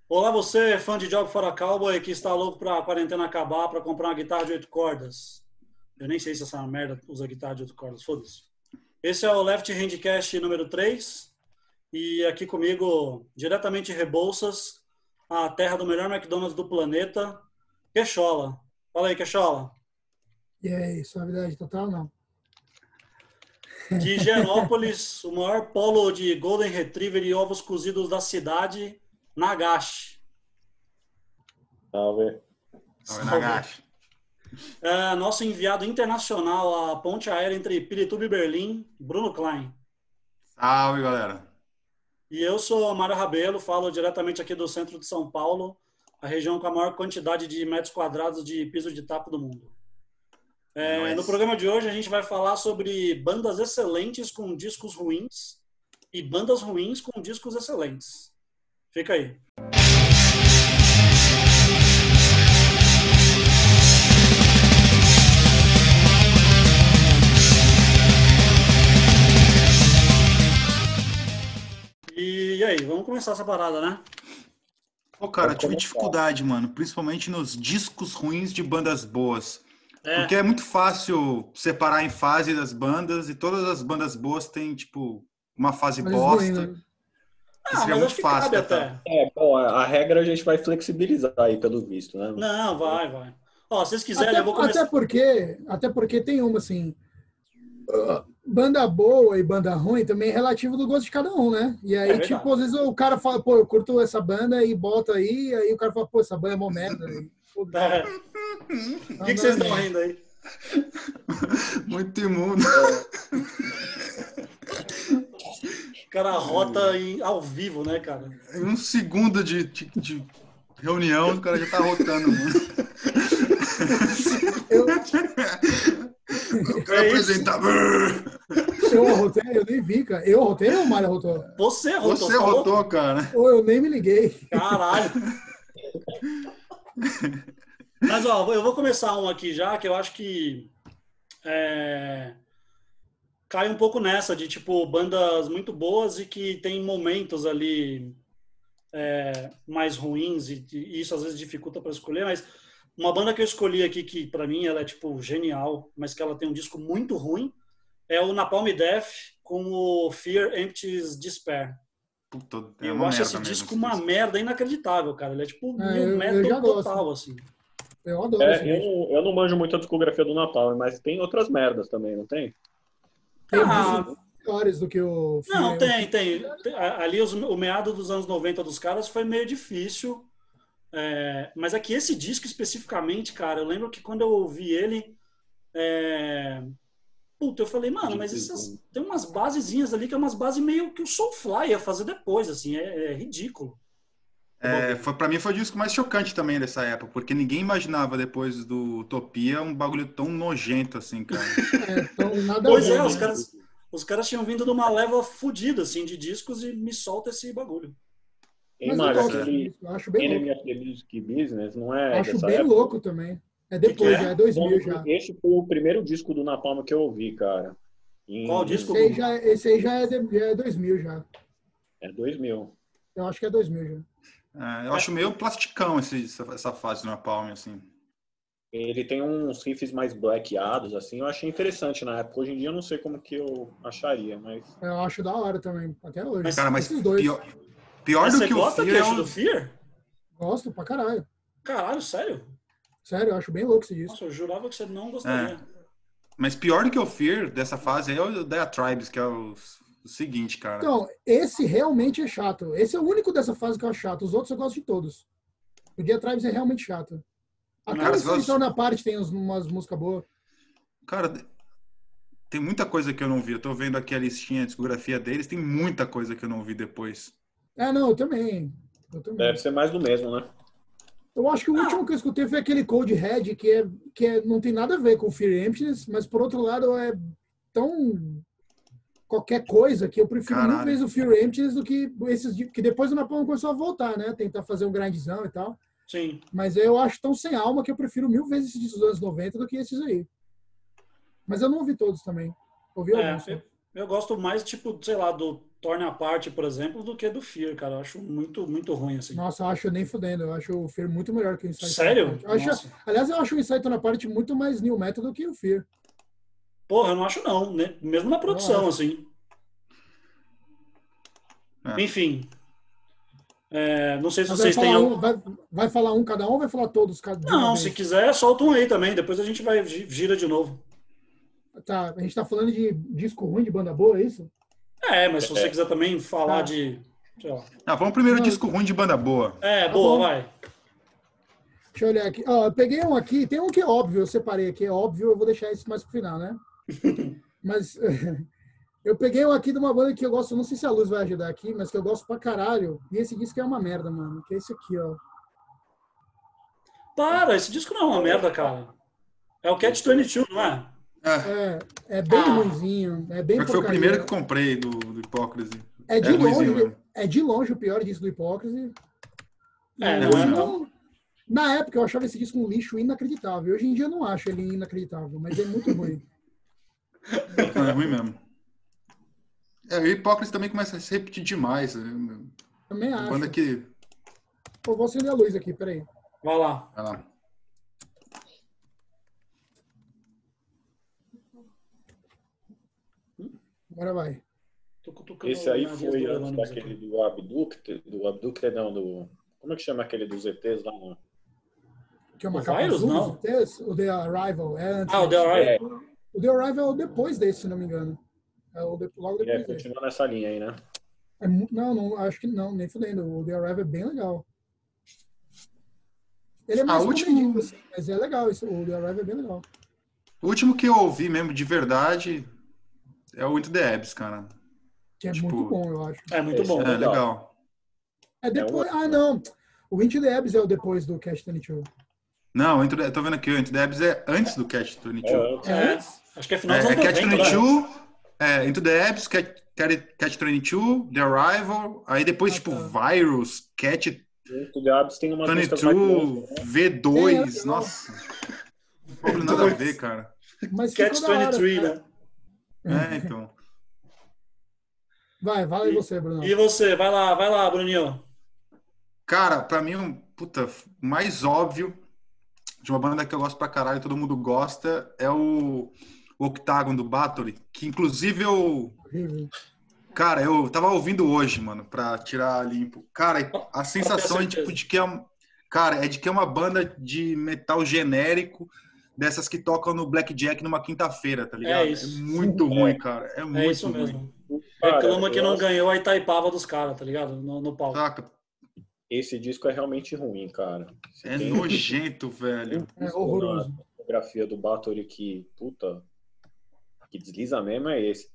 Olá, você, fã de Jogo Fora Cowboy, que está louco para a quarentena acabar para comprar uma guitarra de 8 cordas. Eu nem sei se essa merda usa guitarra de 8 cordas, foda-se. Esse é o Left Handcast número 3 e aqui comigo, diretamente de Rebouças, a terra do melhor McDonald's do planeta, Queixola. Fala aí, Queixola. E aí, suavidade total, não? De Higienópolis, o maior polo de Golden Retriever e ovos cozidos da cidade, Nagashi. Salve. Salve. Nagashi. Nosso enviado internacional à ponte aérea entre Pirituba e Berlim, Bruno Klein. Salve, galera. E eu sou Mário Rabelo, falo diretamente aqui do centro de São Paulo, a região com a maior quantidade de metros quadrados de piso de taco do mundo. No programa de hoje a gente vai falar sobre bandas excelentes com discos ruins e bandas ruins com discos excelentes. Fica aí. E aí, vamos começar essa parada, né? Pô, cara, eu tive dificuldade, mano, principalmente nos discos ruins de bandas boas. Porque é muito fácil separar em fase das bandas e todas as bandas boas têm, tipo, uma fase bosta. Né? Mas acho que fácil, cabe até. Bom, a regra a gente vai flexibilizar aí, pelo visto, né? Não, vai. Ó, se vocês quiserem, eu vou começar. Até porque tem uma, assim, banda boa e banda ruim também é relativo do gosto de cada um, né? E aí, tipo, às vezes o cara fala, pô, eu curto essa banda e bota aí o cara fala, pô, essa banda é mó merda. O que vocês estão rindo aí? Muito imundo. O cara rota ao vivo, né, cara? Em um segundo de reunião, o cara já tá rotando, mano. O cara apresenta. Eu arrotei, eu nem vi, cara. Eu arrotei ou o Mário arrotou? Você arrotou. Você arrotou, cara. Ou eu nem me liguei. Caralho. Mas, ó, eu vou começar um aqui já, que eu acho que cai um pouco nessa de, tipo, bandas muito boas e que tem momentos ali mais ruins e isso às vezes dificulta para escolher, mas uma banda que eu escolhi aqui que para mim ela é, tipo, genial, mas que ela tem um disco muito ruim, é o Napalm Death com o Fear Empties Despair. Puta, eu acho esse disco uma merda inacreditável, cara. Ele é tipo new metal total, assim. Eu adoro eu não manjo muito a discografia do Napalm, mas tem outras merdas também, não tem? Tem piores do que o Fear. Não, tem. Ali o meado dos anos 90 dos caras foi meio difícil. Mas aqui esse disco especificamente, cara, eu lembro que quando eu ouvi ele, eu falei, mano, mas tem umas basezinhas ali que é umas bases meio que o Soulfly ia fazer depois, assim, é ridículo. Pra mim foi o disco mais chocante também dessa época, porque ninguém imaginava depois do Utopia um bagulho tão nojento assim, cara. Pois é, os caras tinham vindo de uma leva fodida, assim, de discos e me solta esse bagulho. Mas eu acho bem Enemy louco. of the Music Business, não é? Acho bem louco também. É depois, já é 2000 já. Esse foi o primeiro disco do Napalm que eu ouvi, cara. Qual disco? Esse aí já é 2000 já. É 2000. Eu acho que é 2000 já. Eu acho meio plasticão essa fase do Napalm, assim. Ele tem uns riffs mais blackeados, assim. Eu achei interessante na época. Hoje em dia eu não sei como que eu acharia, mas... Eu acho da hora também, até hoje. Cara, mas esses dois. Pior do que o Fear do Fear? Gosto pra caralho. Caralho, sério? Sério, eu acho bem louco esse disco. Nossa, eu jurava que você não gostaria. Mas pior do que o Fear dessa fase é o Diatribes, que é o seguinte, cara. Então, esse realmente é chato. Esse é o único dessa fase que eu acho chato. Os outros eu gosto de todos. O Diatribes é realmente chato. Até o Solitão na parte tem umas músicas boas. Cara, tem muita coisa que eu não vi. Eu tô vendo aqui a listinha, a discografia deles. Tem muita coisa que eu não vi depois. Não, eu também. Deve ser mais do mesmo, né? Eu acho que o último que eu escutei foi aquele Cold Red, que não tem nada a ver com Fear Emptiness, mas por outro lado é tão qualquer coisa que eu prefiro mil vezes o Fear Emptiness do que esses que depois o Napalm começou a voltar, né? Tentar fazer um grindzão e tal. Sim. Mas eu acho tão sem alma que eu prefiro mil vezes esses dos anos 90 do que esses aí. Mas eu não ouvi todos também. Ouvi alguns. Eu gosto mais, tipo, sei lá, do Torn Apart, por exemplo, do que do Fear, cara. Eu acho muito, muito ruim, assim. Nossa, eu acho nem fudendo. Eu acho o Fear muito melhor que o Insight. Sério? Aliás, eu acho o Insight na parte muito mais new metal do que o Fear. Porra, eu não acho não, né? Mesmo na produção, assim. Enfim. Não sei se vocês têm... Vai falar um cada um ou vai falar todos cada Não, se quiser, solta um aí também. Depois a gente gira de novo. Tá, a gente tá falando de disco ruim de banda boa, é isso? Mas se você quiser também falar de... Sei lá. Vamos primeiro disco ruim de banda boa. Boa, bom. Vai. Deixa eu olhar aqui. Eu peguei um aqui, tem um que é óbvio, eu separei aqui, é óbvio, eu vou deixar isso mais pro final, né? Mas eu peguei um aqui de uma banda que eu gosto, não sei se a Luz vai ajudar aqui, mas que eu gosto pra caralho. E esse disco é uma merda, mano. Que é esse aqui, ó. Para, esse disco não é uma merda, cara. É o Catch-22, não é? É bem ruinzinho. É bem foi o primeiro que comprei do Hipócrise. É de longe o pior disco do Hipócrise. Não. Na época eu achava esse disco um lixo inacreditável. Hoje em dia eu não acho ele inacreditável, mas é muito ruim. É ruim mesmo. O Hipócrise também começa a se repetir demais. Também acho. Banda que... Eu vou acender a luz aqui, peraí. Vai lá. Agora vai. Esse aí foi antes daquele do Abducted, não, como é que chama aquele dos ETs lá? Que é uma capa azul dos ETs? O The Arrival. O The Arrival. O The Arrival é depois desse, se não me engano. Logo depois desse. Continua nessa linha aí, né? Não, acho que não, nem fudendo. O The Arrival é bem legal. Ele é mais comedido, assim, mas é legal. O The Arrival é bem legal. O último que eu ouvi mesmo de verdade é o Into the Abyss, cara. Que é muito bom, eu acho. É muito bom. É legal. É depois... não. O Into the Abyss é o depois do Catch-22. Não, tô vendo aqui. O Into the Abyss é antes do Catch-22. Acho que é final dos anos 90, Catch-22, Into the Abyss, Catch-22, The Arrival, aí depois, Virus, Into the Abyss tem uma 22, V2, nossa. Não nada a ver, cara. Catch-23, né? Então. Vai você, Bruno. E você? Vai lá, Bruninho. Cara, pra mim, mais óbvio de uma banda que eu gosto pra caralho, todo mundo gosta, é o Octagon do Bathory, que inclusive Cara, eu tava ouvindo hoje, mano, pra tirar limpo. Cara, a sensação é de que é uma banda de metal genérico, dessas que tocam no Blackjack numa quinta-feira, tá ligado? É muito ruim, cara. É muito isso mesmo. ruim. Reclama que não ganhou a Itaipava dos caras, tá ligado? No palco. Saca? Esse disco é realmente ruim, cara. É nojento, velho. É horroroso. A fotografia do Bathory que, que desliza mesmo é esse.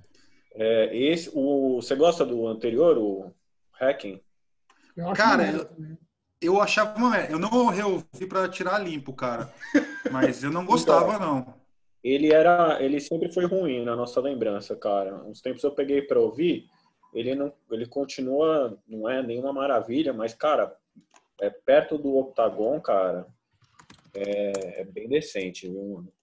Você gosta do anterior, o Hacking? Cara, eu achava uma merda. Eu não reouvi pra tirar limpo, cara. Mas eu não gostava, não. Ele sempre foi ruim na nossa lembrança, cara. Uns tempos eu peguei pra ouvir, ele continua, não é nenhuma maravilha, mas, cara, perto do Octagon, cara, é bem decente, viu, mano?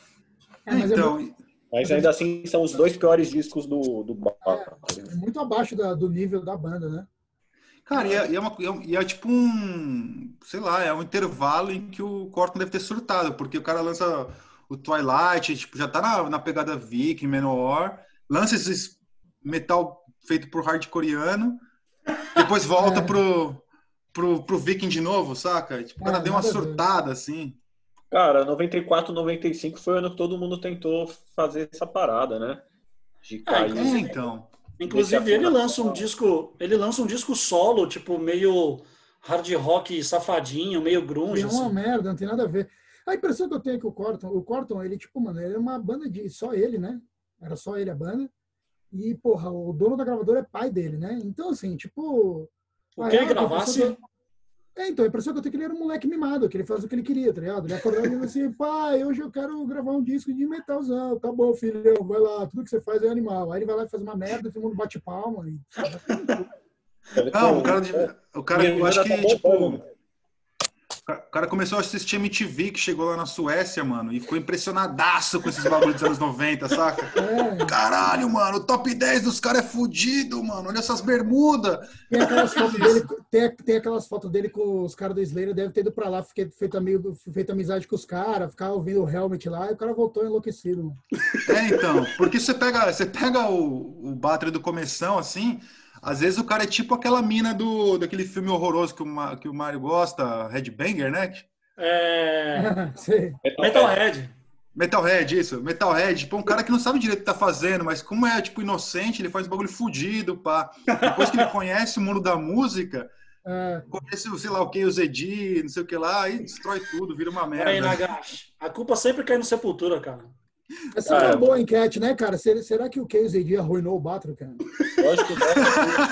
Mas ainda assim são os dois piores discos do Bathory. É muito abaixo do nível da banda, né? Cara, e é tipo sei lá, é um intervalo em que o Corton deve ter surtado, porque o cara lança o Twilight, tipo, já tá na pegada Viking, Manowar, lança esse metal feito por hardcoreano, depois volta pro Viking de novo, saca? Tipo, o cara deu uma surtada, assim. Cara, 94, 95 foi o ano que todo mundo tentou fazer essa parada, né? De cair. Então. Inclusive, ele lança um disco solo, tipo, meio hard rock safadinho, meio grunge. É uma merda, não tem nada a ver. A impressão que eu tenho é que o Corton, ele, tipo, mano, ele é uma banda de só ele, né? Era só ele a banda. E, porra, o dono da gravadora é pai dele, né? Então, assim, tipo... O que ele gravasse... Então, a impressão que eu tenho é que ele era um moleque mimado, que ele faz o que ele queria, tá ligado? Ele acordava e dizia assim, pai, hoje eu quero gravar um disco de metalzão. Tá bom, filhão, vai lá, tudo que você faz é animal. Aí ele vai lá e faz uma merda, todo mundo bate palma. Não, o cara, eu acho que, tipo... O O cara começou a assistir MTV, que chegou lá na Suécia, mano, e ficou impressionadaço com esses bagulhos dos anos 90, saca? Caralho, mano, o top 10 dos caras é fudido, mano. Olha essas bermudas. Tem aquelas fotos dele com os caras do Slayer, deve ter ido pra lá, feito amizade com os caras, ficava ouvindo o Helmet lá, e o cara voltou enlouquecido, mano. Então, porque você pega o Battery do começão, assim, às vezes o cara é tipo aquela mina daquele filme horroroso que o Mário gosta, Headbanger, né? Sei. Metalhead. Isso. Metalhead. Tipo, um cara que não sabe direito o que tá fazendo, mas como é, tipo, inocente, ele faz um bagulho fudido, pá. Depois que ele conhece o mundo da música, conhece, sei lá, o que, o Zedi, não sei o que lá, aí destrói tudo, vira uma merda. Aí, Nagashi, a culpa sempre cai no Sepultura, cara. Essa é uma boa enquete, né, cara? Será que o KZD arruinou o Battle, cara? Lógico que não.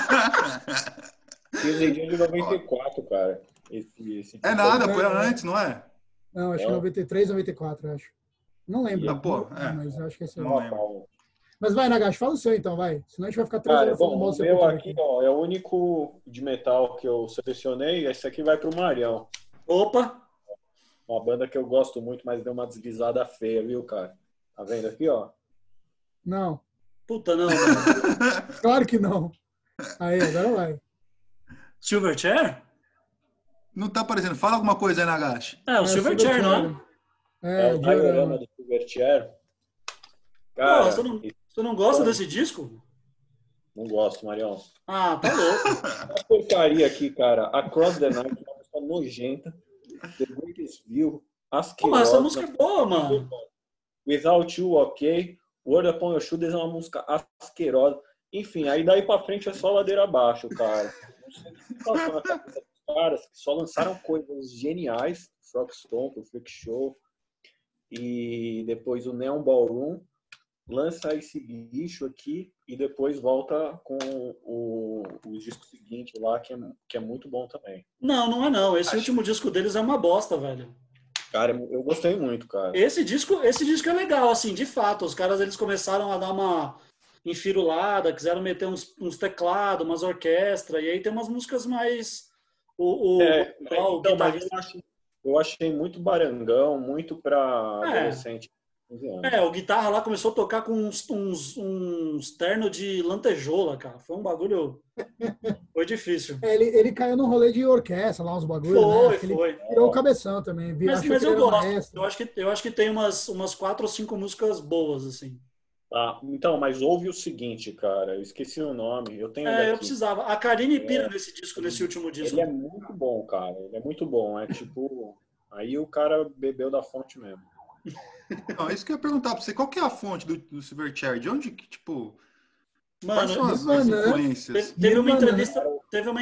KZD é de 94, cara. É nada, foi antes, não é? Não, acho que 93, 94, acho. Não lembro. Mas acho que é isso aí. Não lembro. Mas vai, Nagashi, fala o seu então, vai. Senão a gente vai ficar 3 horas falando mal do seu. O meu aqui, ó, é o único de metal que eu selecionei. Esse aqui vai pro Marião. Opa! Uma banda que eu gosto muito, mas deu uma deslizada feia, viu, cara? Tá vendo aqui, ó? Não. Puta, não. Claro que não. Aí, agora vai. Silverchair? Não tá aparecendo. Fala alguma coisa aí, Nagashi. O Silverchair, não é? O diorama do Silverchair. Cara, você não gosta desse disco? Não gosto, Marião. Ah, tá louco. Uma porcaria aqui, cara. Across the Night, uma música nojenta. The Greatest View, asquerosa. Essa música é boa, mano. Without You, ok. Word Upon Your Shoulders é uma música asquerosa. Enfim, aí daí pra frente é só ladeira abaixo, cara. Não sei o que passou na cabeça dos caras, que só lançaram coisas geniais. Frog Stomp, o Freak Show. E depois o Neon Ballroom. Lança esse lixo aqui e depois volta com o disco seguinte lá, que é muito bom também. Não é não. Esse último disco deles é uma bosta, velho. Cara, eu gostei muito, cara. Esse disco é legal, assim, de fato. Os caras, eles começaram a dar uma enfirulada, quiseram meter uns teclados, umas orquestras, e aí tem umas músicas mais... mas eu achei muito barangão, muito pra adolescente. O guitarra lá começou a tocar com uns ternos de lantejoula, cara. Foi um bagulho... Foi difícil. Ele caiu num rolê de orquestra lá, uns bagulhos, Foi. Ele virou o cabeção também. Mas eu gosto. Eu acho que tem umas 4 ou 5 músicas boas, assim. Então, mas ouve o seguinte, cara. Eu esqueci o nome. Eu tenho eu precisava. A Karine pira nesse disco, nesse último disco. Ele é muito bom, cara. Ele é muito bom. É tipo... Aí o cara bebeu da fonte mesmo. Não, isso que eu ia perguntar pra você. Qual que é a fonte do Silverchair? De onde que, tipo... Mano, quais são as influências? Teve uma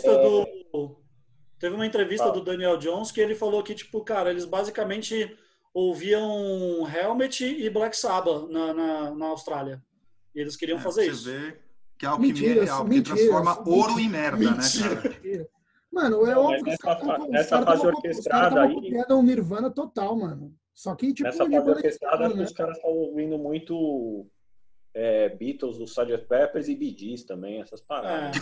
entrevista do Daniel Jones que ele falou que, tipo, cara, eles basicamente ouviam Helmet e Black Sabbath na Austrália. E eles queriam fazer isso. Você vê que a alquimia é real, porque transforma ouro em merda, né, cara? Mano, é óbvio que nessa fase orquestrada aí... um Nirvana total, mano. Só que, tipo... Nessa fase orquestrada, os caras estavam ouvindo muito Beatles, do Sgt. Peppers e Bee Gees também, essas paradas.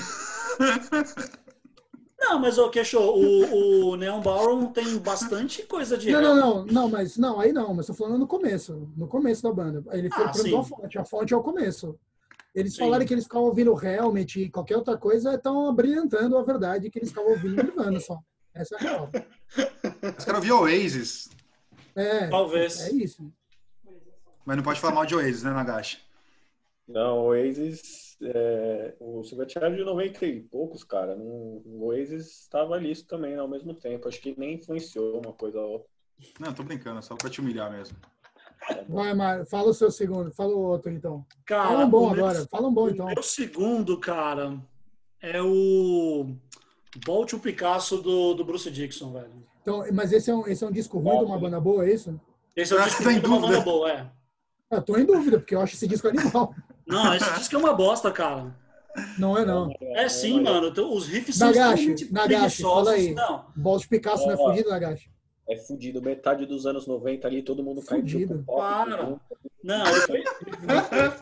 Não, mas o Queixo, o Neon Ballroom tem bastante coisa de... Mas tô falando no começo da banda. Ele foi a fonte é o começo. Eles falaram que eles ficavam ouvindo Helmet e qualquer outra coisa, estão abrilhantando a verdade que eles ficavam ouvindo Nirvana só. Essa é a real. Os caras ouviam Oasis. Talvez. É isso. Mas não pode falar mal de Oasis, né, Nagashi? Não, o Oasis... o Silverchair é de 90 e poucos, cara. O Oasis estava nisso também ao mesmo tempo. Acho que nem influenciou uma coisa ou outra. Não, tô brincando, só pra te humilhar mesmo. Vai, Mário, fala o seu segundo. Fala o outro, então. Cara, fala um bom agora. Fala um bom, então. O meu segundo, cara, é o Bolt o Picasso do Bruce Dickinson, velho. Então, mas esse é um disco ruim de uma banda boa, é isso? Esse é um disco ruim de uma banda boa, Eu tô em dúvida, porque eu acho esse disco animal. Não, esse disco é uma bosta, cara. Não é, não. É sim, mano. Os riffs são Nagashi, fala aí. Não. Bolt Picasso não é fudido, Nagashi? É fudido. Metade dos anos 90 ali, todo mundo caiu fudido. Para. Não,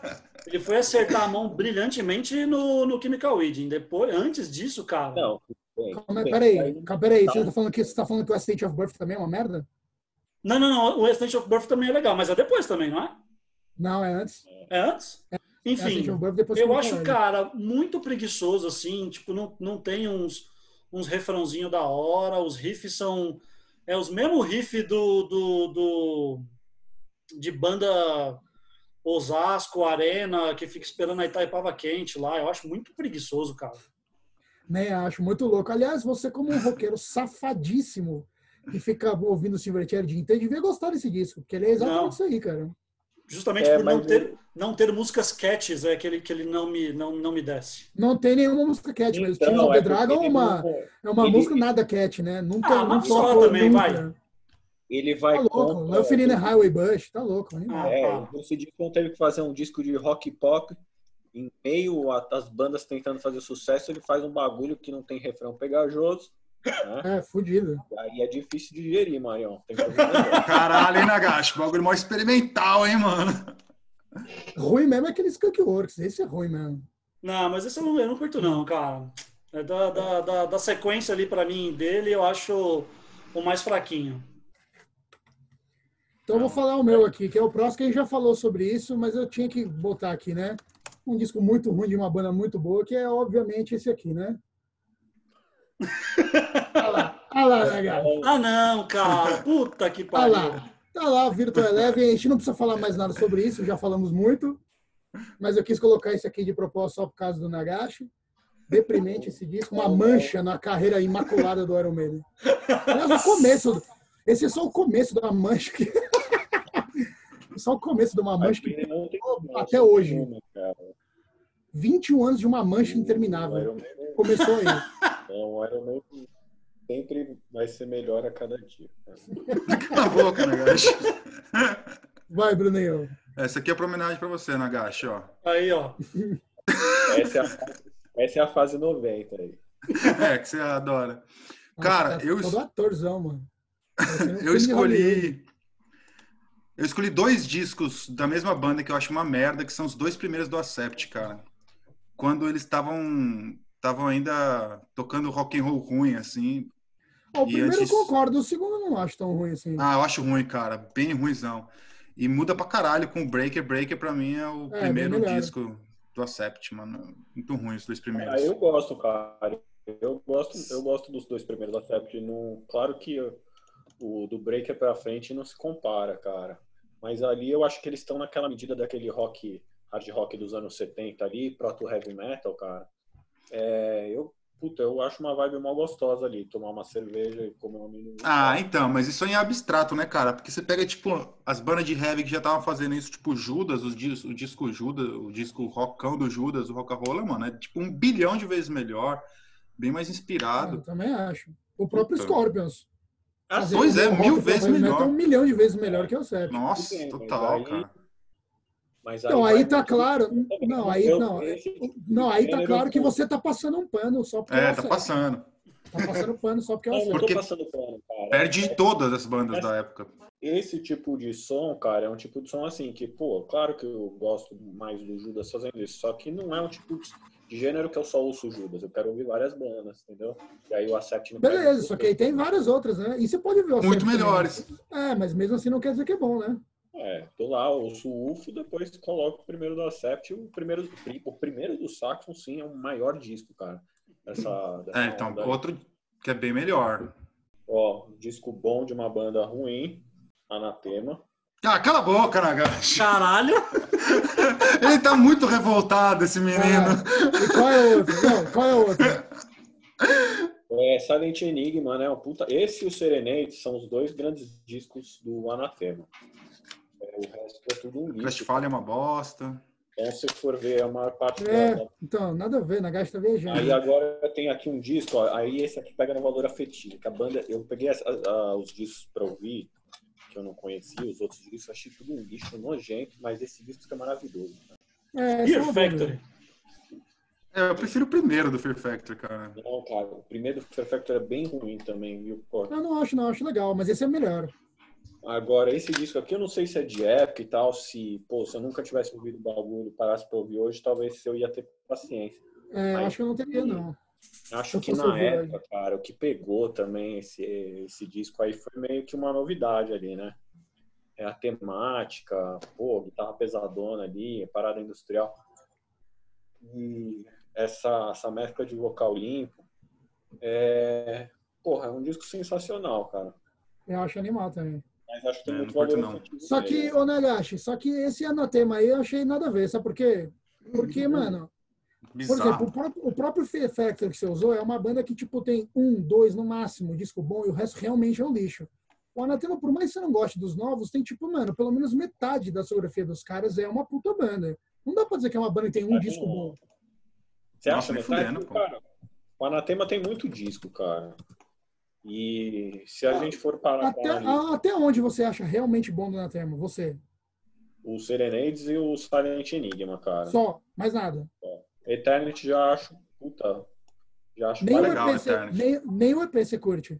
ele foi acertar a mão brilhantemente no Chemical Wedding. Antes disso, cara... Não, Peraí, você tá falando que o State of Birth também é uma merda? Não, o State of Birth também é legal, mas é depois também, não é? Não, é antes. É antes? Enfim, eu acho, cara, muito preguiçoso, assim, tipo, não tem uns refrãozinhos da hora, os riffs são os mesmos riffs de banda Osasco, Arena, que fica esperando a Itaipava quente lá, eu acho muito preguiçoso, cara. Nem acho, muito louco. Aliás, você como um roqueiro safadíssimo que fica ouvindo o Silverchair o dia inteiro, devia gostar desse disco, porque ele é exatamente isso aí, cara. Justamente por não ter músicas catches, que ele não me desce. Não tem nenhuma música cat, mas Tears of the Dragon é uma música nada cat, né? Nunca não toca também, nunca. Vai. Ele vai tá louco, Love in the Highway Bush, tá louco. Esse disco teve que fazer um disco de rock pop, em meio às bandas tentando fazer sucesso, ele faz um bagulho que não tem refrão pegajoso. Né? Fudido. Aí é difícil de digerir, Marião. Caralho, hein, Nagashi? Bagulho mó experimental, hein, mano? Ruim mesmo é aquele Skunkworks. Esse é ruim mesmo. Não, mas esse eu não curto, não, cara. Da sequência ali, pra mim, dele, eu acho o mais fraquinho. Então eu vou falar o meu aqui, que é o próximo, que a gente já falou sobre isso, mas eu tinha que botar aqui, né? Um disco muito ruim de uma banda muito boa, que é, obviamente, esse aqui, né? Olha lá, né, cara? Não, cara. Puta que pariu. Tá lá, Virtual Eleven. A gente não precisa falar mais nada sobre isso, já falamos muito. Mas eu quis colocar isso aqui de propósito só por causa do Nagashi. Deprimente esse disco, uma mancha na carreira imaculada do Iron Maiden. Aliás, esse é só o começo da mancha. Só o começo de uma mancha que até hoje. 21 anos de uma mancha interminável. Começou aí. O Iron Maiden sempre vai ser melhor a cada dia. Cala a boca, Nagashi. Vai, Bruninho. Essa aqui é pra homenagem pra você, Nagashi, ó. Aí, ó. Essa é a fase 90 aí. Que você adora. Cara, todo atorzão, mano. Eu escolhi 2 discos da mesma banda que eu acho uma merda, que são os 2 primeiros do Accept, cara. Quando eles estavam ainda tocando rock and roll ruim, assim. O primeiro eu concordo, o segundo eu não acho tão ruim assim. Eu acho ruim, cara. Bem ruimzão. E muda pra caralho com o Breaker. Breaker, pra mim, é o primeiro disco do Accept, mano. Muito ruim os 2 primeiros. Eu gosto, cara. Eu gosto dos 2 primeiros do Accept. Claro que o do Breaker pra frente não se compara, cara. Mas ali eu acho que eles estão naquela medida daquele hard rock dos anos 70 ali, proto heavy metal, cara. Eu acho uma vibe mal gostosa ali, tomar uma cerveja e comer um amendoim. Então, mas isso aí é abstrato, né, cara? Porque você pega, tipo, as bandas de heavy que já estavam fazendo isso, tipo, Judas, o disco Judas, o disco rockão do Judas, o Rock-a-Rolla, mano, é tipo 1 bilhão de vezes melhor, bem mais inspirado. Eu também acho. O próprio Scorpions. Pois é, 1000 vezes melhor. 1 milhão de vezes melhor que o Accept. Nossa, total, cara. Então, aí tá claro. Aí tá claro que você tá passando um pano só porque tá passando. Tá passando pano só porque é o Accept. Não tô passando pano, cara. Perde todas as bandas da época. Esse tipo de som, cara, é um tipo de som assim que, claro que eu gosto mais do Judas fazendo isso, só que não é um tipo de gênero que eu só ouço o Judas. Eu quero ouvir várias bandas, entendeu? E aí o Accept... Beleza, só que aí tem várias outras, né? E você pode ouvir o Accept muito melhores. Mas mesmo assim não quer dizer que é bom, né? Tô lá, ouço o UFO, depois coloco o primeiro do Accept. O primeiro do Saxon, sim, é o maior disco, cara. Então, outro que é bem melhor. Disco bom de uma banda ruim, Anatema. Cala a boca, Nagashi. Caralho! Ele tá muito revoltado, esse menino. E qual é o outro? Qual é o outro? Silent Enigma, né? Esse e o Serenade são os 2 grandes discos do Anatema. O resto é tudo um lixo. Crashfall é uma bosta. Então, se for ver a maior parte Então, nada a ver, Nagashi tá viajando. Aí agora tem aqui um disco, aí esse aqui pega no valor afetivo, que a banda, eu peguei os discos pra ouvir, que eu não conhecia, os outros discos, achei tudo um lixo nojento, mas esse disco é maravilhoso. Fear Factory. Eu prefiro o primeiro do Fear Factory, cara. Não, cara, o primeiro do Fear Factory é bem ruim também, viu? Eu não acho legal, mas esse é melhor. Agora, esse disco aqui, eu não sei se é de época e tal, se eu nunca tivesse ouvido o bagulho, parasse pra ouvir hoje, talvez eu ia ter paciência. Eu acho que eu não teria, não. Acho que na época, cara, o que pegou também esse disco aí foi meio que uma novidade ali, né? É a temática, pô, guitarra pesadona ali, parada industrial. E essa mescla de vocal limpo porra, é um disco sensacional, cara. Eu acho animal também. Mas acho que tem muito valor afetivo. Só que, ô Nagashi, só que esse Anatema aí eu achei nada a ver, sabe por quê? Porque, mano, bizarro. Por exemplo, o próprio Fear Factory que você usou é uma banda que, tipo, tem 1, 2 no máximo disco bom e o resto realmente é um lixo. O Anatema, por mais que você não goste dos novos, tem, tipo, mano, pelo menos metade da discografia dos caras é uma puta banda. Não dá pra dizer que é uma banda que tem um disco bom. Você acha metade? Cara, o Anatema tem muito disco, cara. E se a gente for parar até onde você acha realmente bom do Anatema? Você? O Serenades e o Silent Enigma, cara. Só, mais nada. Eternity já acho, já acho nem legal. Nem o EP você curte?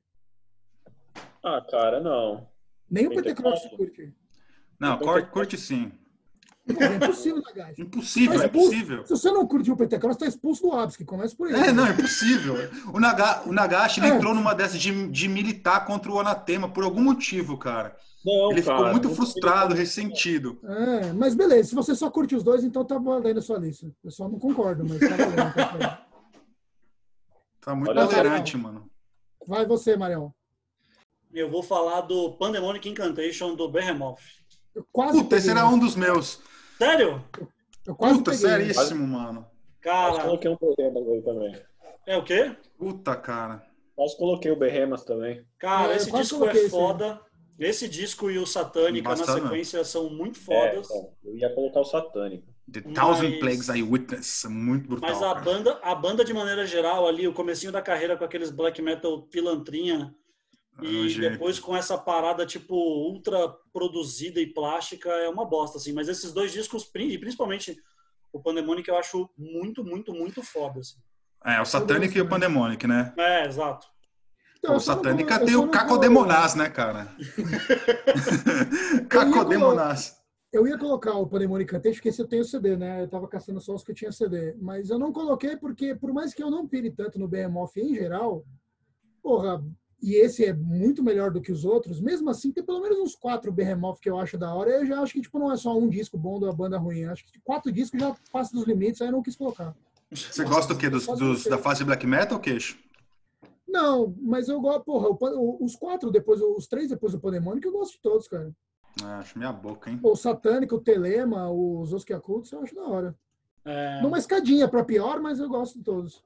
Ah, cara, não. Nem o Pentecross você curte? Não, curte sim. Pô, é impossível, Nagashi. Impossível, é impossível. Se você não curtiu o Pentecross, tá expulso do ABSC, começa por aí. Não, é impossível. O Nagashi ele entrou numa dessas de militar contra o Anatema por algum motivo, cara. Não, ele ficou muito frustrado, ressentido. Mas beleza, se você só curte os dois, então tá valendo a sua lista. Eu só não concordo, mas tá valendo. Tá muito tolerante, mano. Vai você, Marião. Eu vou falar do Pandemonic Incantation do Behemoth. Puta, esse era um dos meus. Sério? Eu quase Puta, seríssimo, mano. Cara. Quase coloquei um Behemoth aí também. É o quê? Puta, cara. Quase coloquei o Behemoth também. Cara, esse disco é foda. Esse disco e o Satânica na sequência são muito fodas. Eu ia colocar o Satânica. The Thousand Plagues I Witness. Muito brutal. Mas a banda de maneira geral ali, o comecinho da carreira com aqueles black metal pilantrinha e depois com essa parada tipo ultra produzida e plástica é uma bosta, assim. Mas esses dois discos, e principalmente o Pandemonic, eu acho muito, muito, muito foda, assim. O Satânica e o Pandemonic, né? Exato. Então, o Satânica tem o Cacodemonás, né, cara? Cacodemonás. Eu ia colocar o Pandemonic Incantation, porque esse eu tenho CD, né? Eu tava caçando só os que eu tinha CD. Mas eu não coloquei porque, por mais que eu não pire tanto no Behemoth em geral, porra, e esse é muito melhor do que os outros, mesmo assim tem pelo menos uns 4 Behemoth que eu acho da hora. Eu já acho que, tipo, não é só um disco bom da banda ruim. Eu acho que 4 discos já passa dos limites, aí eu não quis colocar. Você gosta do quê? Da fase black metal, Queixo? Não, mas eu gosto, porra, os 4 depois, os 3 depois do Pandemonic, eu gosto de todos, cara. Acho minha boca, hein? O Satânico, o Telema, os Oskiakultos, eu acho da hora. Numa escadinha pra pior, mas eu gosto de todos.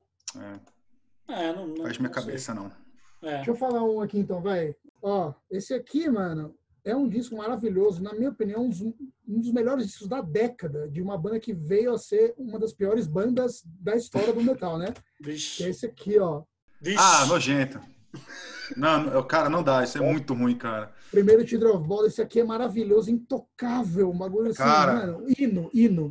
Não faz minha cabeça, não. Deixa eu falar um aqui, então, vai. Ó, esse aqui, mano, é um disco maravilhoso. Na minha opinião, um dos melhores discos da década, de uma banda que veio a ser uma das piores bandas da história do metal, né? Vixe. É esse aqui, ó. Vixe. Nojento. Não, cara, não dá. Isso é muito ruim, cara. Primeiro Children of Bodom, esse aqui é maravilhoso, intocável. Um bagulho assim, cara, mano. Hino.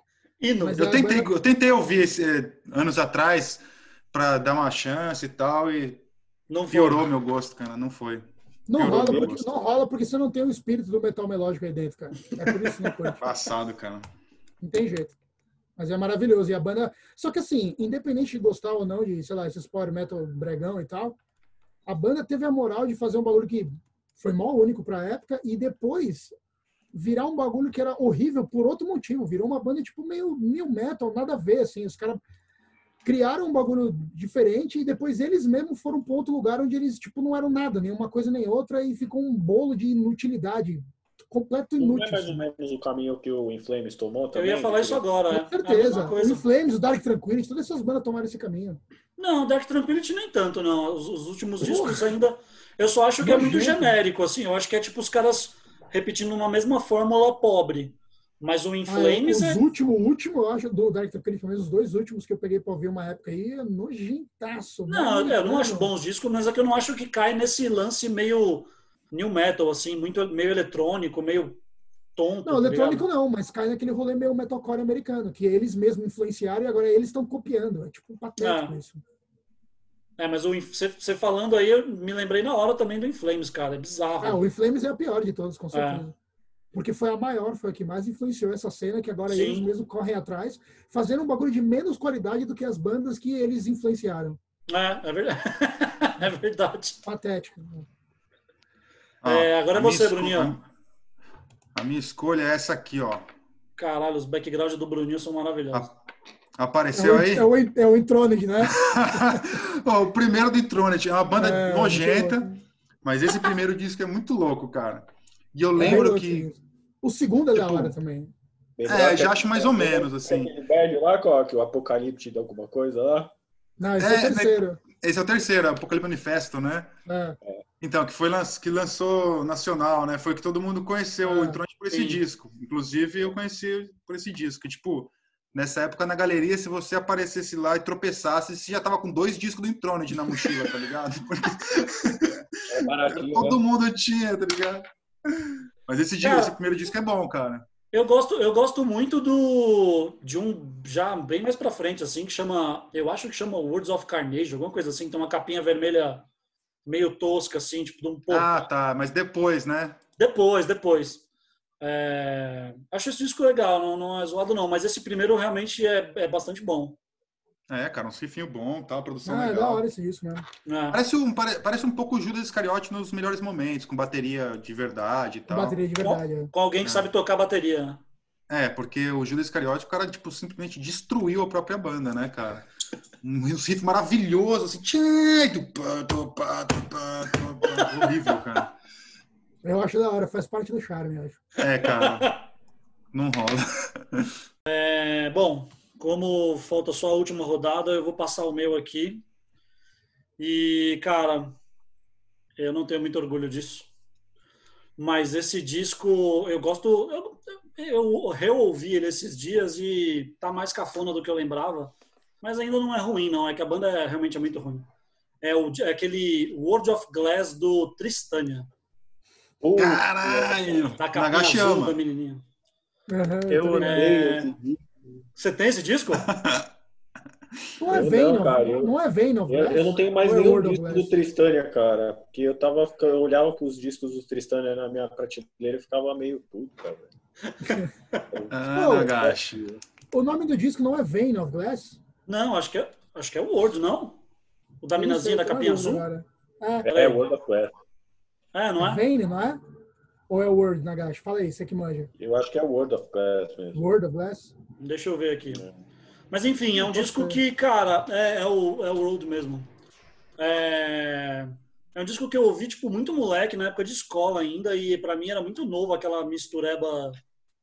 Eu tentei ouvir anos atrás pra dar uma chance e tal, e não piorou meu gosto, cara. Não foi. Não rola porque você não tem o espírito do metal melódico aí dentro, cara. É por isso que não curte. Passado, cara. Não tem jeito. Mas é maravilhoso. E a banda... Só que assim, independente de gostar ou não de, sei lá, esses power metal bregão e tal, a banda teve a moral de fazer um bagulho que foi mó único pra época e depois virar um bagulho que era horrível por outro motivo. Virou uma banda tipo meio new metal, nada a ver, assim. Os caras criaram um bagulho diferente e depois eles mesmos foram para outro lugar onde eles tipo não eram nada, nenhuma coisa nem outra, e ficou um bolo de inutilidade completo inútil. Não é mais ou menos o caminho que o In Flames tomou também? Eu ia falar isso agora. Com certeza. O In Flames, o Dark Tranquillity, todas essas bandas tomaram esse caminho. Não, Dark Tranquillity nem tanto, não. Os últimos discos ainda... Eu só acho que é muito genérico, assim. Eu acho que é tipo os caras repetindo uma mesma fórmula pobre. Mas o In Flames o último, eu acho, do Dark Tranquillity, os 2 últimos que eu peguei pra ouvir uma época aí, é nojentaço. Não, eu não acho bons discos, mas é que eu não acho que cai nesse lance meio new metal, assim, meio eletrônico, meio tonto. Não, eletrônico não, mas cai naquele rolê meio metalcore americano, que eles mesmos influenciaram e agora eles estão copiando. É tipo patético isso. Mas você falando aí, eu me lembrei na hora também do In Flames, cara. É bizarro. O In Flames é a pior de todos, com certeza. porque foi a maior, foi a que mais influenciou essa cena, que agora Sim. eles mesmos correm atrás, fazendo um bagulho de menos qualidade do que as bandas que eles influenciaram. É verdade. É verdade. Patético. Agora é você, Bruninho. A minha escolha é essa aqui, ó. Caralho, os backgrounds do Bruninho são maravilhosos. Apareceu aí? É o Intronet, né? O primeiro do Intronet. É uma banda nojenta, mas esse primeiro disco é muito louco, cara. E eu lembro que... O segundo é da hora também. Já acho mais ou menos, assim. Aquele bad lá, que o Apocalipse de alguma coisa lá. Não, esse é o terceiro. Esse é o terceiro, Apocalipse Manifesto, né? Então, que lançou nacional, né? Foi que todo mundo conheceu o Intronet por esse disco. Inclusive, eu conheci por esse disco. Tipo, nessa época, na galeria, se você aparecesse lá e tropeçasse, você já tava com 2 discos do Intronet na mochila, tá ligado? Porque todo mundo tinha, tá ligado? Mas esse primeiro disco é bom, cara. Eu gosto muito de um já bem mais pra frente, assim, que chama, eu acho que chama Words of Carnage, alguma coisa assim, tem uma capinha vermelha meio tosca, assim, tipo de um pouco. Tá, mas depois, né? Depois. Acho esse disco legal, não é zoado não, mas esse primeiro realmente é bastante bom. Cara, um rifinho bom, tá, produção legal. É da hora esse disco, né? Parece um pouco o Judas Iscariote nos melhores momentos, com bateria de verdade e tal. Bateria de verdade, com alguém que sabe tocar bateria, né? Porque o Judas Iscariote, o cara, tipo, simplesmente destruiu a própria banda, né, cara? Um riff maravilhoso, assim, horrível, cara. Eu acho da hora, faz parte do charme, eu acho. Cara, não rola. Bom, como falta só a última rodada, eu vou passar o meu aqui. E, cara, eu não tenho muito orgulho disso. Mas esse disco, eu gosto... Eu reouvi ele esses dias e tá mais cafona do que eu lembrava. Mas ainda não é ruim, não. É que a banda realmente é muito ruim. É aquele World of Glass do Tristânia. Caralho! Da capinha azul da menininha. Eu odeio esse disco. Você tem esse disco? Não é Venom, não é Venom. Eu não tenho mais nenhum disco do Tristânia, cara. Porque eu olhava com os discos do Tristânia na minha prateleira e ficava meio puta, velho. Nagashi. O nome do disco não é Vein of Glass? Não, acho que é o World, não? O da minazinha da capinha azul? É World of Glass. Não é? Vein, não é? Ou é o Word, Nagashi? Fala aí, você que manja. Eu acho que é World of Glass mesmo. World of Glass? Deixa eu ver aqui. Mas enfim, é um disco que, cara, é o World mesmo. É um disco que eu ouvi, tipo, muito moleque, na época de escola ainda, e pra mim era muito novo aquela mistureba,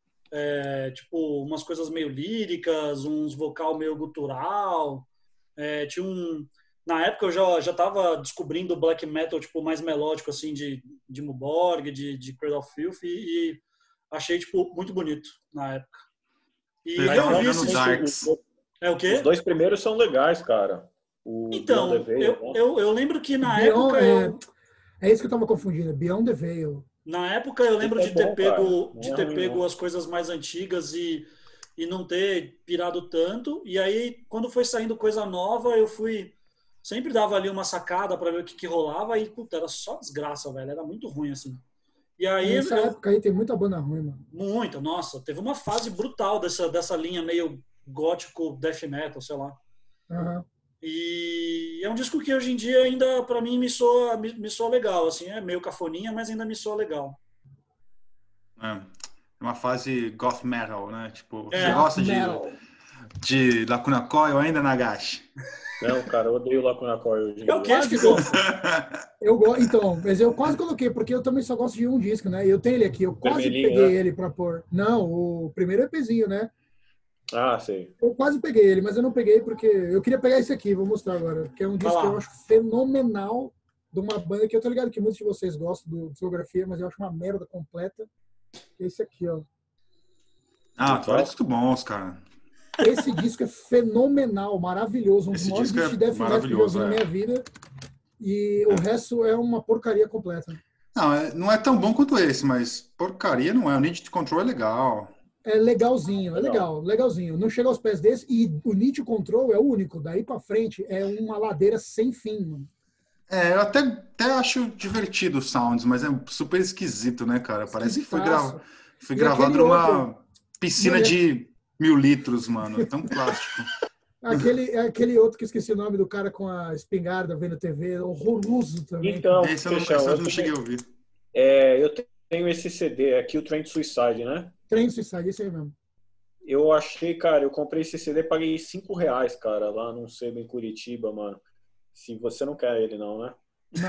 tipo, umas coisas meio líricas, uns vocal meio gutural. Tinha na época eu já tava descobrindo black metal, tipo, mais melódico, assim, de Muborg, de Cradle of Filth, e achei, tipo, muito bonito na época. E eu ouvi esse... É o quê? Os 2 primeiros são legais, cara. Então, eu lembro que na época... É isso que eu tava confundindo, Beyond the Veil. Na época eu lembro de ter pego as coisas mais antigas e não ter pirado tanto. E aí, quando foi saindo coisa nova, eu fui... Sempre dava ali uma sacada para ver o que rolava e, puta, era só desgraça, velho. Era muito ruim, assim. E aí... Nessa época aí tem muita banda ruim, mano. Muita, nossa. Teve uma fase brutal dessa linha meio gótico, death metal, sei lá. Uhum. E é um disco que hoje em dia ainda, pra mim, me soa legal, assim. É meio cafoninha, mas ainda me soa legal. É uma fase goth metal, né? Tipo, você gosta de Lacuna Coil ainda, Nagashi? Não, cara, eu odeio Lacuna Coil. Eu quero que gosta. Então, mas eu quase coloquei, porque eu também só gosto de um disco, né? Eu tenho ele aqui, eu quase peguei ele pra pôr. Não, o primeiro EPzinho, né? Sei. Eu quase peguei ele, mas eu não peguei porque eu queria pegar esse aqui, vou mostrar agora. Que é um disco que eu acho fenomenal, de uma banda que eu tô ligado que muitos de vocês gostam do discografia, mas eu acho uma merda completa. Esse aqui, ó. Vários discos bons, cara. Esse disco é fenomenal, maravilhoso. Um dos maiores discos de death metal que eu ouvi na minha vida. E o resto é uma porcaria completa. Não é tão bom quanto esse, mas porcaria não é. O Need to Control é legal. É legalzinho, legalzinho. Não chega aos pés desse. E o Need to Control é o único. Daí pra frente é uma ladeira sem fim, mano. Eu até acho divertido os sounds, mas é super esquisito, né, cara? Parece que Foi gravado numa piscina de 1000 litros, mano. Tão plástico. Aquele outro que esqueci o nome do cara com a espingarda vendo TV, horroroso também. Então, esse eu não cheguei a ouvir. Eu tenho esse CD aqui, o Train to Suicide, né? Train to Suicide, esse aí mesmo. Eu achei, cara, eu comprei esse CD, paguei R$5, cara, lá num sebo em Curitiba, mano. Se você não quer ele, não, né?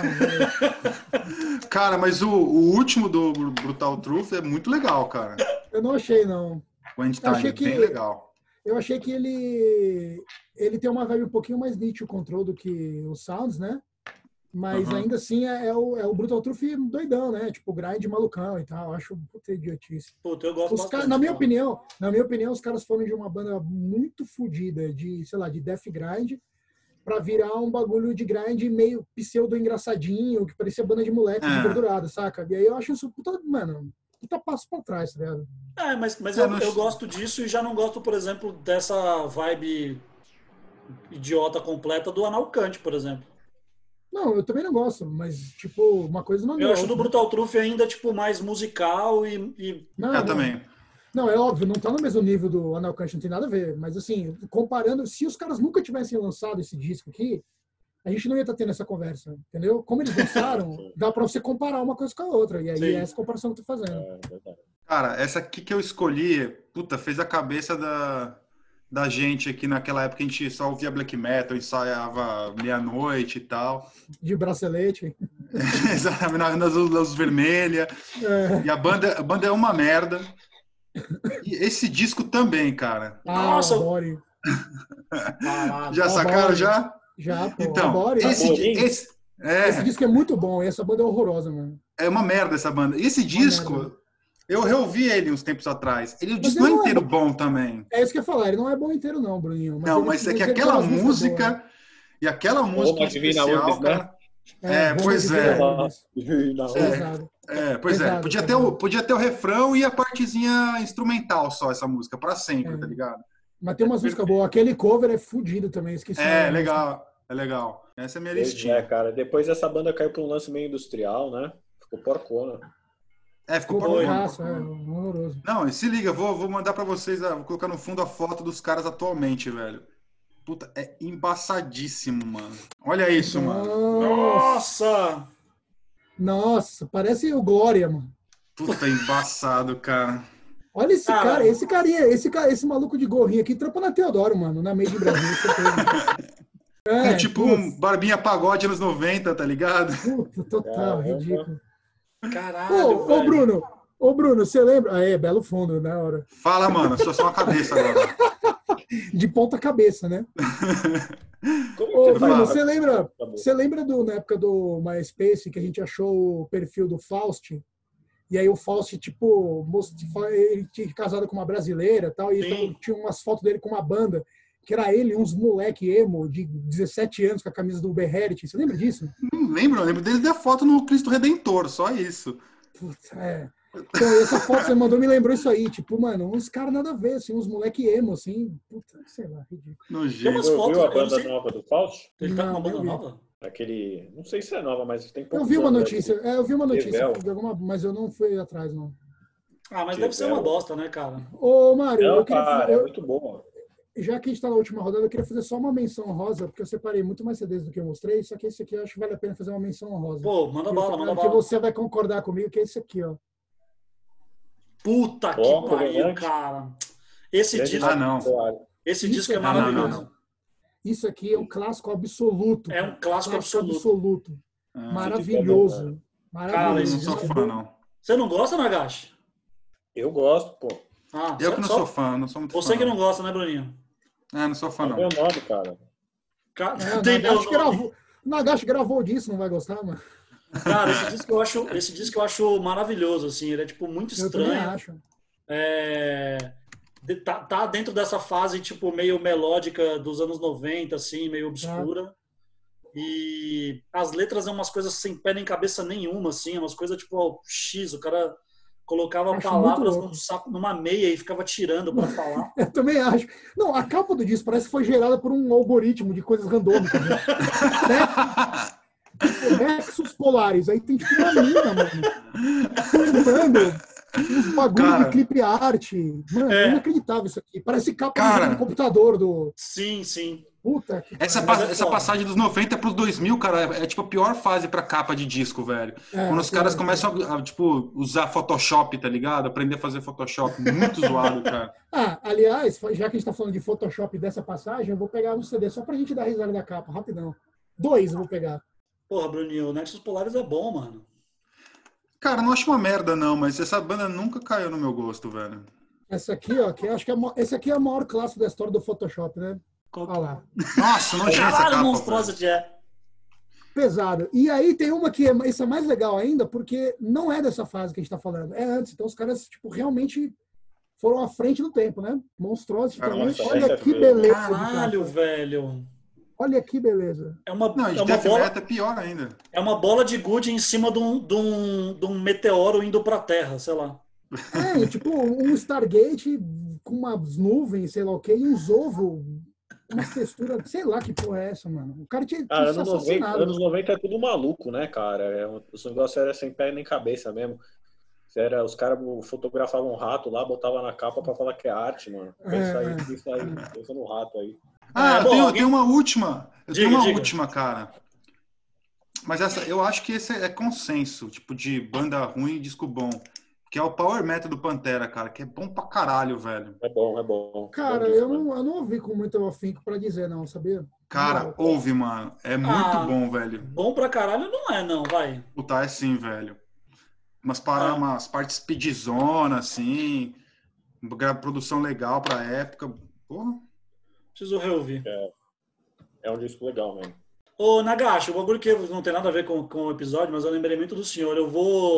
Não. Cara, mas o último do Brutal Truth é muito legal, cara. Eu não achei, não. O End Time é bem legal. Eu achei que ele tem uma vibe um pouquinho mais Nietzsche Control do que o Sounds, né? Mas ainda assim é o Brutal Truth doidão, né? Tipo, grind malucão e tal. Eu acho puta idiotice. Puta, eu gosto bastante. Na minha opinião, os caras foram de uma banda muito fodida de, sei lá, de death grind pra virar um bagulho de grind meio pseudo engraçadinho, que parecia banda de moleque de verdurada, saca? E aí eu acho isso puta passo pra trás, tá ligado? Mas eu gosto disso e já não gosto, por exemplo, dessa vibe idiota completa do Analcante, por exemplo. Não, eu também não gosto, mas, tipo, uma coisa não é eu acho do Brutal Truth ainda, tipo, mais musical e... Não, também. Não, é óbvio, não tá no mesmo nível do Analcante, não tem nada a ver. Mas, assim, comparando, se os caras nunca tivessem lançado esse disco aqui, a gente não ia estar tendo essa conversa, entendeu? Como eles lançaram, dá pra você comparar uma coisa com a outra. E aí é essa comparação que eu tô fazendo. Cara, essa aqui que eu escolhi, puta, fez a cabeça da gente aqui naquela época. A gente só ouvia black metal, ensaiava meia-noite e tal. De bracelete. Exatamente, nas luzes vermelhas. E a banda é uma merda. E esse disco também, cara. Nossa! Já sacaram, já? Já, pô. Então, esse disco é muito bom. E essa banda é horrorosa, mano. É uma merda essa banda. E esse disco... Eu reouvi ele uns tempos atrás. O disco não é inteiro bom também. É isso que eu ia falar. Ele não é bom inteiro, não, Bruninho. Mas é que aquela música... E aquela música especial, cara... Pois é. Pois é. Podia ter o refrão e a partezinha instrumental só, essa música, pra sempre, tá ligado? Mas tem umas músicas boas. Aquele cover é fudido também, esqueci. É legal. Essa é a minha listinha. Cara. Depois essa banda caiu pra um lance meio industrial, né? Ficou porcona. Ficou porcaço, horroroso. Não, e se liga, vou mandar pra vocês, vou colocar no fundo a foto dos caras atualmente, velho. Puta, é embaçadíssimo, mano. Olha isso, mano. Nossa, parece o Glória, mano. Puta, embaçado, cara. Olha esse cara, esse maluco de gorrinho aqui, trampa na Teodoro, mano, na Made in Brasil, certeza. Tipo um Barbinha Pagode anos 90, tá ligado? Puta, total, ridículo. Caralho, Ô, Bruno, você lembra? Belo fundo, na hora. Fala, mano, só uma cabeça agora. De ponta cabeça, né? Ô, Bruno, você lembra na época do MySpace que a gente achou o perfil do Faust? E aí o Faust, tipo, ele tinha casado com uma brasileira e tal, e então, tinha umas fotos dele com uma banda, que era ele, uns moleque emo de 17 anos com a camisa do Beherit. Você lembra disso? Não lembro, eu lembro desde a foto no Cristo Redentor, só isso. Puta, Então, essa foto que você mandou me lembrou isso aí. Tipo, mano, uns caras nada a ver, assim, uns moleque emo, assim. Puta, sei lá, ridículo. Viu a banda nova do Faust? Ele tá com uma banda nova? Aquele... Não sei se é nova, mas tem pouco. Eu vi uma notícia, mas eu não fui atrás, não. Mas deve ser uma bosta, né, cara? Ô, Mário, é muito boa. Já que a gente tá na última rodada, eu queria fazer só uma menção honrosa, porque eu separei muito mais CDs do que eu mostrei, só que esse aqui eu acho que vale a pena fazer uma menção honrosa. Pô, manda bala. Que você vai concordar comigo, que é esse aqui, ó. Puta que pariu, cara. Esse disco é maravilhoso. Não. Isso aqui é um clássico absoluto. É um clássico absoluto. Maravilhoso. Cara, eu não sou fã, não. Você não gosta, Nagashi? Eu gosto, pô. Eu que não sou fã, não sou muito fã. Você que não gosta, né, Bruninho? Não sou fã, não. Meu nome, cara. O Nagashi gravou disso, não vai gostar, mano? Cara, esse disco eu acho maravilhoso, assim. Ele é, tipo, muito estranho. Eu também acho. Tá dentro dessa fase, tipo, meio melódica dos anos 90, assim, meio obscura. E as letras são umas coisas sem pé nem cabeça nenhuma, assim. Umas coisas, tipo, X. O cara colocava palavras numa meia e ficava tirando pra falar. Eu também acho. Não, a capa do disco parece que foi gerada por um algoritmo de coisas randômicas. Né? Nexos polares. Aí tem tipo uma mina, mano. Cantando Uns bagulho de clipe art. Mano, é inacreditável isso aqui. Parece capa de computador do... Sim, sim. Puta que essa passagem dos 90 pros 2000, cara, é tipo a pior fase pra capa de disco, velho. Quando os caras começam a, tipo, usar Photoshop, tá ligado? Aprender a fazer Photoshop. Muito zoado, cara. Aliás, já que a gente tá falando de Photoshop dessa passagem, eu vou pegar um CD só pra gente dar risada da capa, rapidão. 2 eu vou pegar. Porra, Bruninho, o Nexus Polaris é bom, mano. Cara, não acho uma merda, não, mas essa banda nunca caiu no meu gosto, velho. Essa aqui, ó, que eu acho que esse aqui é o maior clássico da história do Photoshop, né? Olha lá. Nossa, não tinha essa capa. Caralho, Monstrosity é. Pesado. E aí tem uma que essa é mais legal ainda, porque não é dessa fase que a gente tá falando, é antes. Então os caras, tipo, realmente foram à frente do tempo, né? Monstrosity também. Olha que beleza. Caralho, velho. Olha que beleza. De Death Metal é pior ainda. É uma bola de gude em cima de um meteoro indo pra Terra, sei lá. Tipo um Stargate com umas nuvens, sei lá o quê, e uns ovos, umas texturas, sei lá que porra é essa, mano. O cara tinha anos 90 é tudo maluco, né, cara? Os negócios eram sem pé nem cabeça mesmo. Os caras fotografavam um rato lá, botavam na capa pra falar que é arte, mano. Pensa no rato aí. Eu tenho uma última. Tenho uma última, cara. Mas eu acho que esse é consenso, tipo, de banda ruim e disco bom. Que é o Power Metal do Pantera, cara, que é bom pra caralho, velho. É bom. Cara, eu não ouvi com muito afinco pra dizer, não, sabia? Cara, ouve, mano. É muito bom, velho. Bom pra caralho não é, não, vai. Puta, é sim, velho. Umas partes speedzona, assim. Produção legal pra época. Porra. Preciso reouvir. É um disco legal mesmo. Ô, Nagashi, o bagulho que não tem nada a ver com o episódio, mas eu lembrei muito do senhor. Eu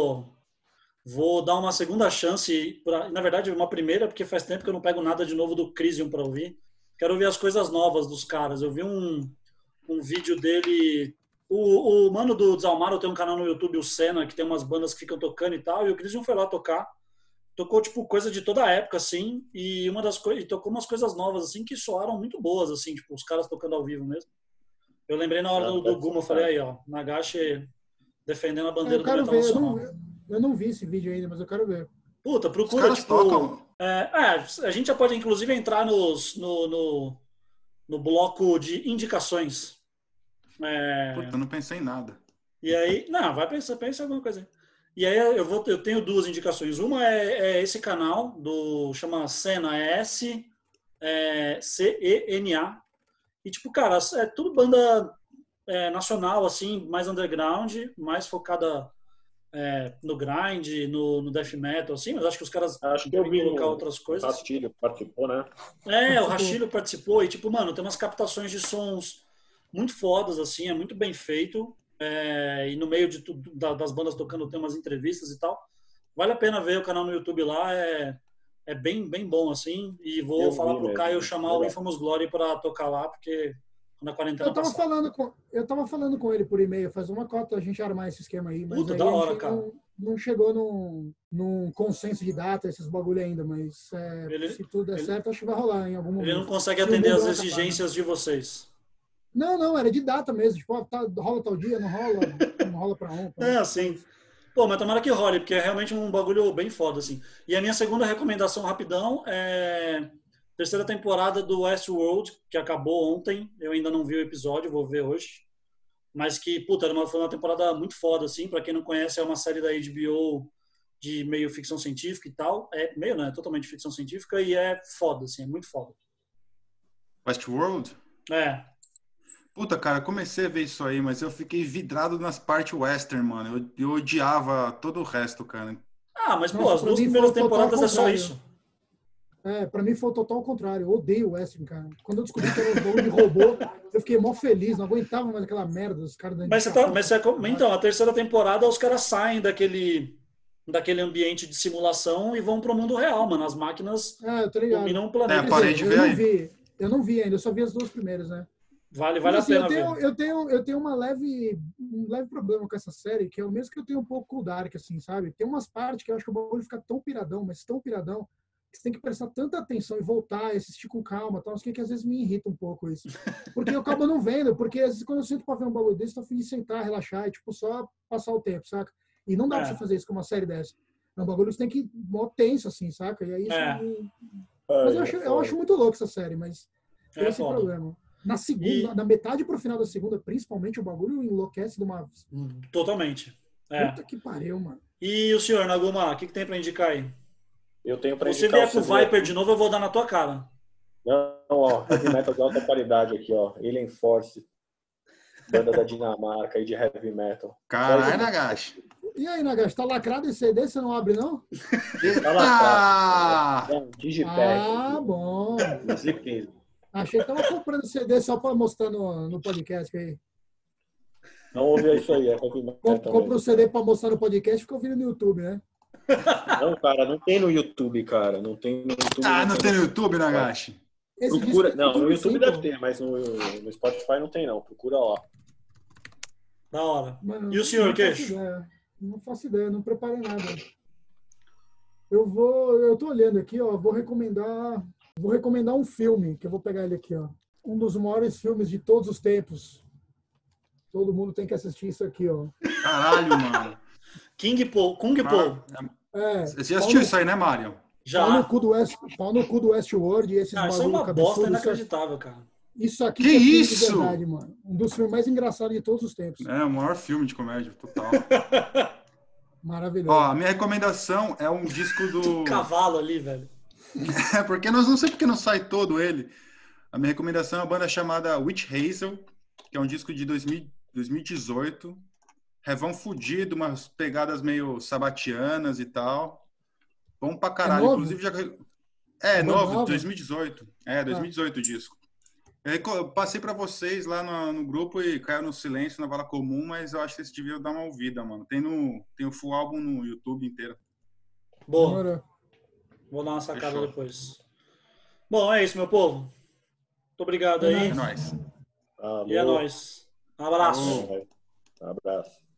vou dar uma segunda chance, na verdade uma primeira, porque faz tempo que eu não pego nada de novo do Crisium para ouvir. Quero ouvir as coisas novas dos caras. Eu vi um vídeo dele, o mano do Desalmaro tem um canal no YouTube, o Senna, que tem umas bandas que ficam tocando e tal, e o Crisium foi lá tocar. Tocou tipo coisa de toda a época, assim, e tocou umas coisas novas, assim, que soaram muito boas, assim, tipo, os caras tocando ao vivo mesmo. Eu lembrei na hora do Guma, eu falei aí, ó, Nagashi defendendo a bandeira do metal nacional. Eu não vi esse vídeo ainda, mas eu quero ver. Puta, procura, tipo... a gente já pode, inclusive, entrar no bloco de indicações. Puta, eu não pensei em nada. E aí... Não, pensa em alguma coisa aí. E aí eu tenho 2 indicações. Uma é esse canal, chama Senna, SCENA. E, tipo, cara, é tudo banda nacional, assim, mais underground, mais focada... no grind, no death metal, assim, mas acho que os caras devem colocar outras coisas. O Rastilho participou, né? O Rastilho participou e, tipo, mano, tem umas captações de sons muito fodas, assim, é muito bem feito. E no meio de tudo, das bandas tocando, tem umas entrevistas e tal. Vale a pena ver o canal no YouTube lá, é bem, bem bom, assim. E vou falar pro Caio chamar o Infamous Glory pra tocar lá, porque na quarentena eu tava falando com ele por e-mail, faz uma cota a gente armar esse esquema aí, mas Puta, aí da hora, a gente não chegou num consenso de data, esses bagulho ainda, mas se tudo der certo, acho que vai rolar em algum momento. Ele não consegue atender as exigências de vocês. Não, era de data mesmo, tipo, rola tal dia, não rola pra ontem. Sim. Pô, mas tomara que role, porque é realmente um bagulho bem foda, assim. E a minha segunda recomendação, rapidão, é... 3ª temporada do Westworld, que acabou ontem. Eu ainda não vi o episódio, vou ver hoje. Mas que, puta, foi uma temporada muito foda, assim. Pra quem não conhece, é uma série da HBO de meio ficção científica e tal. Meio, não, é totalmente ficção científica e é foda, assim, é muito foda. Westworld? Puta, cara, comecei a ver isso aí, mas eu fiquei vidrado nas partes western, mano. Eu odiava todo o resto, cara. Mas, pô, as 2 primeiras temporadas é só isso. Pra mim foi o total contrário. Eu odeio o western, cara. Quando eu descobri que era um bagulho de robô, eu fiquei mó feliz. Não aguentava mais aquela merda dos caras da Então, a 3ª temporada, os caras saem daquele ambiente de simulação e vão pro mundo real, mano. As máquinas dominam o planeta. Parei de ver aí. Eu não vi ainda, eu só vi as 2 primeiras, né? Vale a pena ver. Eu tenho um leve problema com essa série, que é o mesmo que eu tenho um pouco com o Dark, assim, sabe? Tem umas partes que eu acho que o bagulho fica tão piradão, mas tão piradão, que você tem que prestar tanta atenção e voltar, assistir com calma, tal, que às vezes me irrita um pouco isso. Porque eu acabo não vendo, porque às vezes quando eu sinto pra ver um bagulho desse, eu tô afim de sentar, relaxar e, tipo, só passar o tempo, saca? E não dá pra você fazer isso com uma série dessa. É um bagulho que você tem que ir mó tenso, assim, saca? E aí mas eu acho muito louco essa série, mas tem esse problema. Na segunda, na metade pro final da segunda, principalmente, o bagulho enlouquece de uma... Totalmente. Puta que pariu, mano. E o senhor, Naguma, o que tem pra indicar aí? Eu tenho pra Se você indicar vier com o Viper de novo, eu vou dar na tua cara. Não, ó, heavy metal de alta qualidade aqui, ó. Alien Force, banda da Dinamarca aí de heavy metal. Caralho, Nagashi. E aí, Nagashi, tá lacrado esse CD? Você não abre, não? Tá lacrado. Não, Digipack. Bom. Zip. Achei que tava comprando CD só pra mostrar no podcast aí. Não ouvi isso aí, é heavy metal. Compra o CD pra mostrar no podcast e fica ouvindo no YouTube, né? Não, cara, não tem no YouTube, cara. Não tem no YouTube. Não tem no YouTube, Nagashi? Procura. Não, no YouTube deve ter, mas no Spotify não tem, não. Procura lá. Da hora. Mano, e o senhor, Queixo? Não faço ideia, não preparei nada. Eu tô olhando aqui, ó, vou recomendar um filme, que eu vou pegar ele aqui, ó. Um dos maiores filmes de todos os tempos. Todo mundo tem que assistir isso aqui, ó. Caralho, mano. Kung Po. Você já assistiu isso aí, né, Mário? Já. Pau no cu do Westworld e esses bagulho isso é uma cabeçudo, bosta inacreditável, cara. Isso aqui que é filme isso? de verdade, mano. Um dos filmes mais engraçados de todos os tempos. É o maior filme de comédia, total. Maravilhoso. Ó, a minha recomendação é um disco do... Cavalo ali, velho. porque nós não sei porque não sai todo ele. A minha recomendação é uma banda chamada Witch Hazel, que é um disco de 2018. Revão fudido, umas pegadas meio sabatianas e tal. Bom pra caralho. Inclusive já... novo, 2018. 2018 o disco. Eu passei pra vocês lá no grupo e caiu no silêncio, na vala comum, mas eu acho que vocês deviam dar uma ouvida, mano. Tem o full álbum no YouTube inteiro. Boa. Vou dar uma sacada Fechou. depois. Bom, é isso, meu povo. Muito obrigado aí. É nóis. E é nóis. Um abraço. Um abraço.